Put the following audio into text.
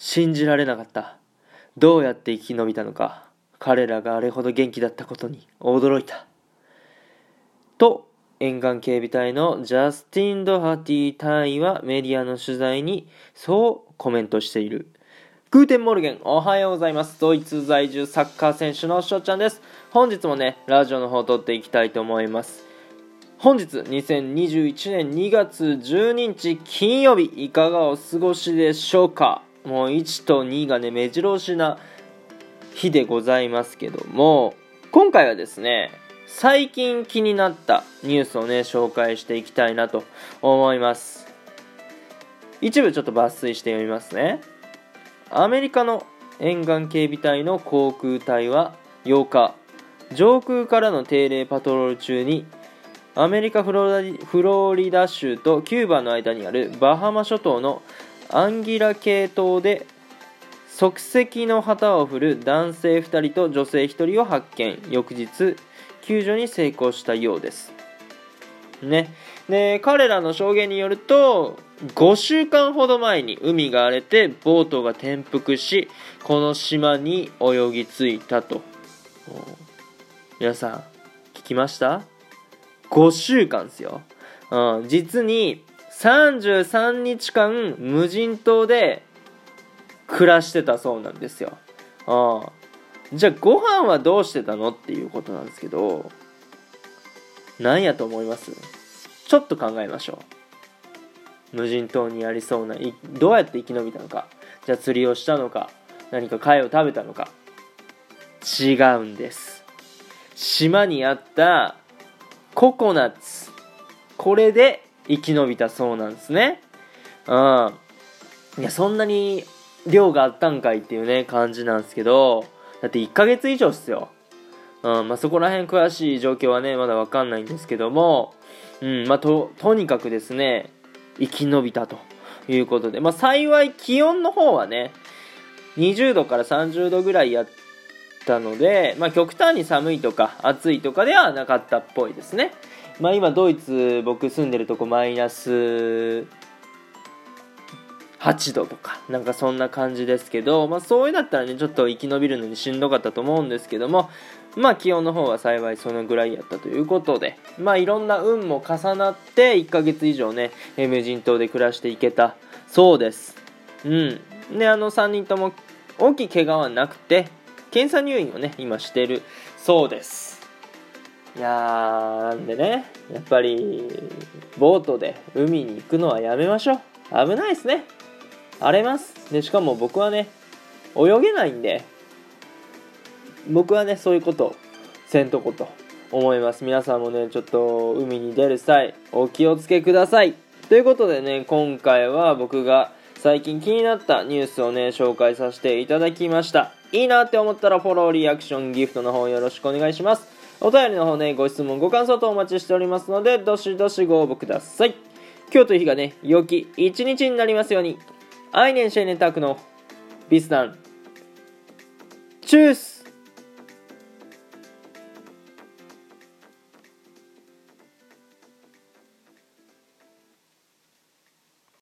信じられなかった。どうやって生き延びたのか。彼らがあれほど元気だったことに驚いた。と、沿岸警備隊のジャスティン・ドハティ隊員はメディアの取材にそうコメントしている。グーテンモルゲン、おはようございます。ドイツ在住サッカー選手のしょっちゃんです。本日もね、ラジオの方を撮っていきたいと思います。本日2021年2月12日金曜日、いかがお過ごしでしょうか。もう1と2がね、目白押しな日でございますけども、今回はですね、最近気になったニュースをね、紹介していきたいなと思います。一部ちょっと抜粋して読みますね。アメリカの沿岸警備隊の航空隊は8日、上空からの定例パトロール中にアメリカフロリダ州とキューバの間にあるバハマ諸島のアンギラ系島で即席の旗を振る男性2人と女性1人を発見。翌日救助に成功したようですね。で、彼らの証言によると、5週間ほど前に海が荒れてボートが転覆し、この島に泳ぎ着いたと。皆さん聞きました？ 5 週間ですよ。実に33日間無人島で暮らしてたそうなんですよ。じゃあご飯はどうしてたのっていうことなんですけど、何やと思います？ちょっと考えましょう。無人島にありそうな、どうやって生き延びたのか。じゃあ釣りをしたのか、何か貝を食べたのか。違うんです。島にあったココナッツ、これで生き延びたそうなんですね。いや、そんなに量があったんかいっていうね感じなんですけど、だって1ヶ月以上っすよ。そこら辺詳しい状況はねまだ分かんないんですけども、とにかくですね、生き延びたということで、幸い気温の方はね20度から30度ぐらいやったので、極端に寒いとか暑いとかではなかったっぽいですね。今ドイツ、僕住んでるとこマイナス8度とかなんかそんな感じですけど、そういうだったらねちょっと生き延びるのにしんどかったと思うんですけども、気温の方は幸いそのぐらいやったということで、いろんな運も重なって1ヶ月以上ね無人島で暮らしていけたそうです。で、3人とも大きい怪我はなくて検査入院をね今してるそうです。いやー、なんでね、やっぱりボートで海に行くのはやめましょう。危ないですね。荒れます。でしかも僕はね泳げないんで、僕はねそういうことせんとこと思います。皆さんもねちょっと海に出る際お気をつけください。ということでね、今回は僕が最近気になったニュースをね紹介させていただきました。いいなって思ったらフォロー、リアクション、ギフトの方よろしくお願いします。お便りの方ね、ご質問ご感想とお待ちしておりますので、どしどしご応募ください。今日という日がね良き一日になりますように。Einen schönen Tag noch. Bis dann. Tschüss.